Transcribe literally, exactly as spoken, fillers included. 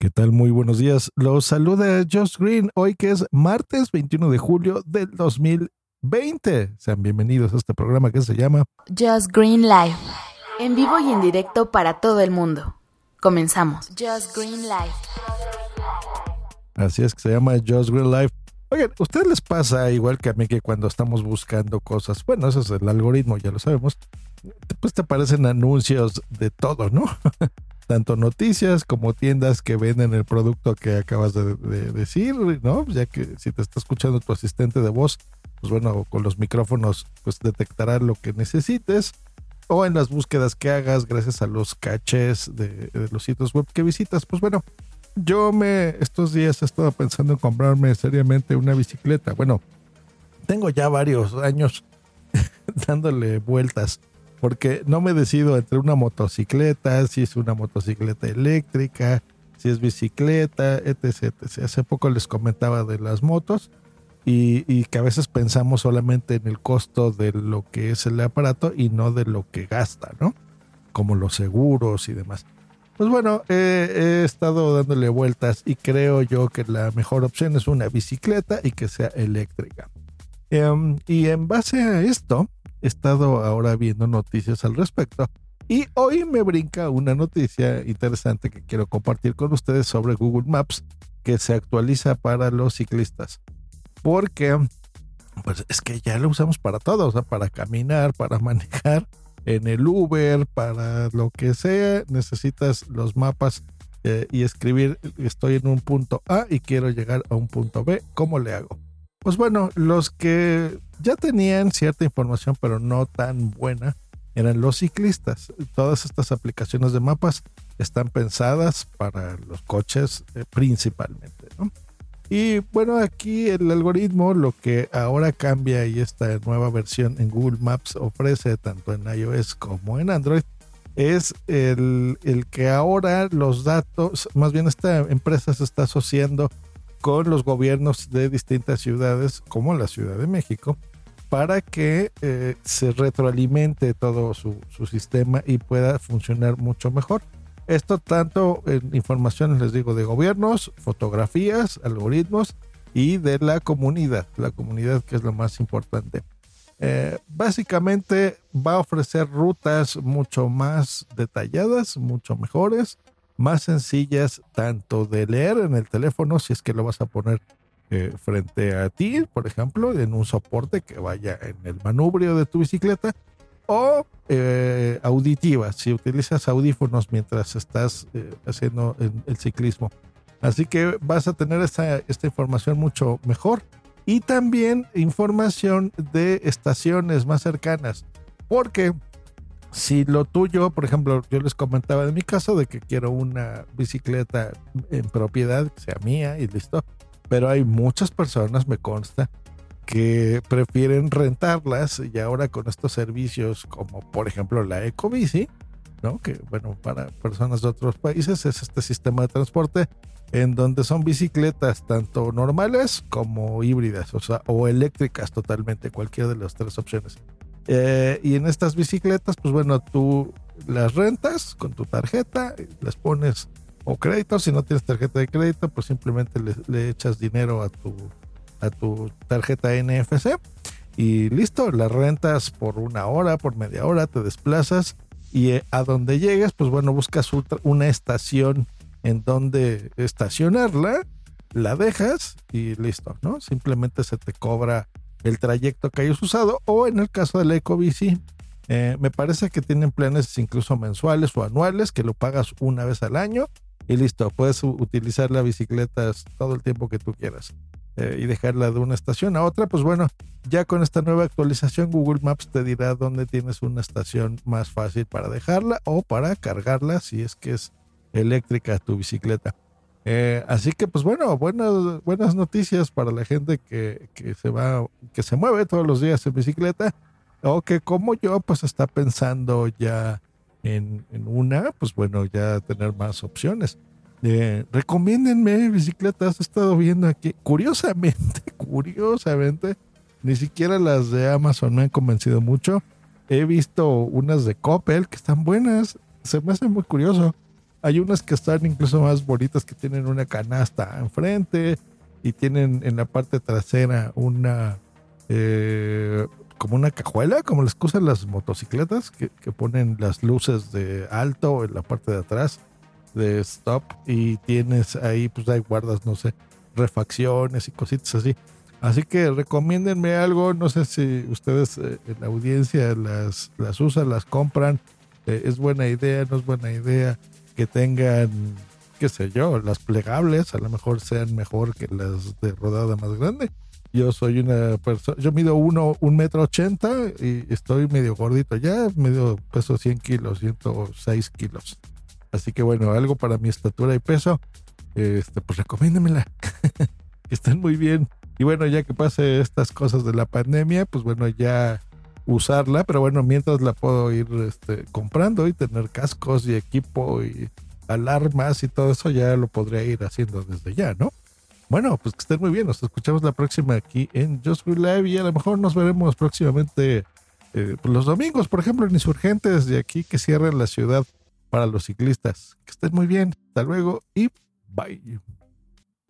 ¿Qué tal? Muy buenos días. Los saluda Josh Green, hoy que es martes veintiuno de julio del dos mil veinte. Sean bienvenidos a este programa que se llama Josh Green Live, en vivo y en directo para todo el mundo. Comenzamos. Josh Green Live. Así es que se llama Josh Green Live. Oigan, ¿a ustedes les pasa igual que a mí que cuando estamos buscando cosas? Bueno, eso es el algoritmo, ya lo sabemos. Pues te aparecen anuncios de todo, ¿no? Tanto noticias como tiendas que venden el producto que acabas de, de decir, ¿no? Ya que si te está escuchando tu asistente de voz, pues bueno, con los micrófonos, pues detectará lo que necesites. O en las búsquedas que hagas gracias a los cachés de, de los sitios web que visitas. Pues bueno, yo me estos días he estado pensando en comprarme seriamente una bicicleta. Bueno, tengo ya varios años dándole vueltas, porque no me decido entre una motocicleta, si es una motocicleta eléctrica, si es bicicleta, etcétera, etcétera. Hace poco les comentaba de las motos y, y que a veces pensamos solamente en el costo de lo que es el aparato y no de lo que gasta, ¿no? Como los seguros y demás. Pues bueno, eh, he estado dándole vueltas y creo yo que la mejor opción es una bicicleta y que sea eléctrica. Um, y en base a esto, he estado ahora viendo noticias al respecto y hoy me brinca una noticia interesante que quiero compartir con ustedes sobre Google Maps, que se actualiza para los ciclistas, porque pues es que ya lo usamos para todo, o sea, para caminar, para manejar, en el Uber, para lo que sea, necesitas los mapas eh, y escribir: estoy en un punto A y quiero llegar a un punto B, ¿cómo le hago? Pues bueno, los que ya tenían cierta información pero no tan buena eran los ciclistas. Todas estas aplicaciones de mapas están pensadas para los coches eh, principalmente, ¿no? Y bueno, aquí el algoritmo, lo que ahora cambia y esta nueva versión en Google Maps ofrece tanto en iOS como en Android, es el, el que ahora los datos, más bien esta empresa se está asociando con los gobiernos de distintas ciudades, como la Ciudad de México, para que eh, se retroalimente todo su, su sistema y pueda funcionar mucho mejor. Esto tanto en informaciones, les digo, de gobiernos, fotografías, algoritmos y de la comunidad, la comunidad que es lo más importante. Eh, básicamente va a ofrecer rutas mucho más detalladas, mucho mejores, más sencillas tanto de leer en el teléfono, si es que lo vas a poner eh, frente a ti, por ejemplo, en un soporte que vaya en el manubrio de tu bicicleta, o eh, auditivas, si utilizas audífonos mientras estás eh, haciendo el, el ciclismo. Así que vas a tener esta, esta información mucho mejor y también información de estaciones más cercanas, porque si lo tuyo, por ejemplo, yo les comentaba de mi caso de que quiero una bicicleta en propiedad que sea mía y listo, pero hay muchas personas, me consta, que prefieren rentarlas, y ahora con estos servicios como por ejemplo la Ecobici, ¿no? Que bueno, para personas de otros países es este sistema de transporte en donde son bicicletas tanto normales como híbridas, o sea, o eléctricas totalmente, cualquiera de las tres opciones. Eh, y en estas bicicletas, pues bueno, tú las rentas con tu tarjeta, las pones o crédito. Si no tienes tarjeta de crédito, pues simplemente le, le echas dinero a tu, a tu tarjeta N F C y listo, las rentas por una hora, por media hora, te desplazas y eh, a donde llegues, pues bueno, buscas otra, una estación en donde estacionarla, la dejas y listo, ¿no? Simplemente se te cobra el trayecto que hayas usado, o en el caso de la Ecobici, eh, me parece que tienen planes incluso mensuales o anuales que lo pagas una vez al año y listo, puedes u- utilizar la bicicleta todo el tiempo que tú quieras eh, y dejarla de una estación a otra. Pues bueno, ya con esta nueva actualización Google Maps te dirá dónde tienes una estación más fácil para dejarla o para cargarla si es que es eléctrica tu bicicleta. Eh, así que pues bueno, buenas, buenas noticias para la gente que, que se va, que se mueve todos los días en bicicleta, o que como yo pues está pensando ya en, en una, pues bueno, ya tener más opciones. Eh, recomiéndenme bicicletas, he estado viendo aquí, curiosamente, curiosamente, ni siquiera las de Amazon me han convencido mucho. He visto unas de Coppel que están buenas, se me hace muy curioso. Hay unas que están incluso más bonitas, que tienen una canasta enfrente y tienen en la parte trasera una eh, como una cajuela, como las que usan las motocicletas, que, que ponen las luces de alto en la parte de atrás, de stop, y tienes ahí, pues ahí guardas, no sé, refacciones y cositas así. Así que recomiéndenme algo, no sé si ustedes eh, en la audiencia las, las usan, las compran, eh, es buena idea, no es buena idea que tengan, qué sé yo, las plegables, a lo mejor sean mejor que las de rodada más grande. Yo soy una persona, yo mido uno, un metro ochenta y estoy medio gordito ya, medio peso cien kilos, ciento seis kilos. Así que bueno, algo para mi estatura y peso, este, pues recomiéndemela. Que estén muy bien. Y bueno, ya que pase estas cosas de la pandemia, pues bueno, ya usarla, pero bueno, mientras la puedo ir este, comprando y tener cascos y equipo y alarmas y todo eso, ya lo podría ir haciendo desde ya, ¿no? Bueno, pues que estén muy bien, nos escuchamos la próxima aquí en Just Green Live y a lo mejor nos veremos próximamente eh, pues los domingos, por ejemplo, en Insurgentes, de aquí que cierren la ciudad para los ciclistas. Que estén muy bien, hasta luego y bye.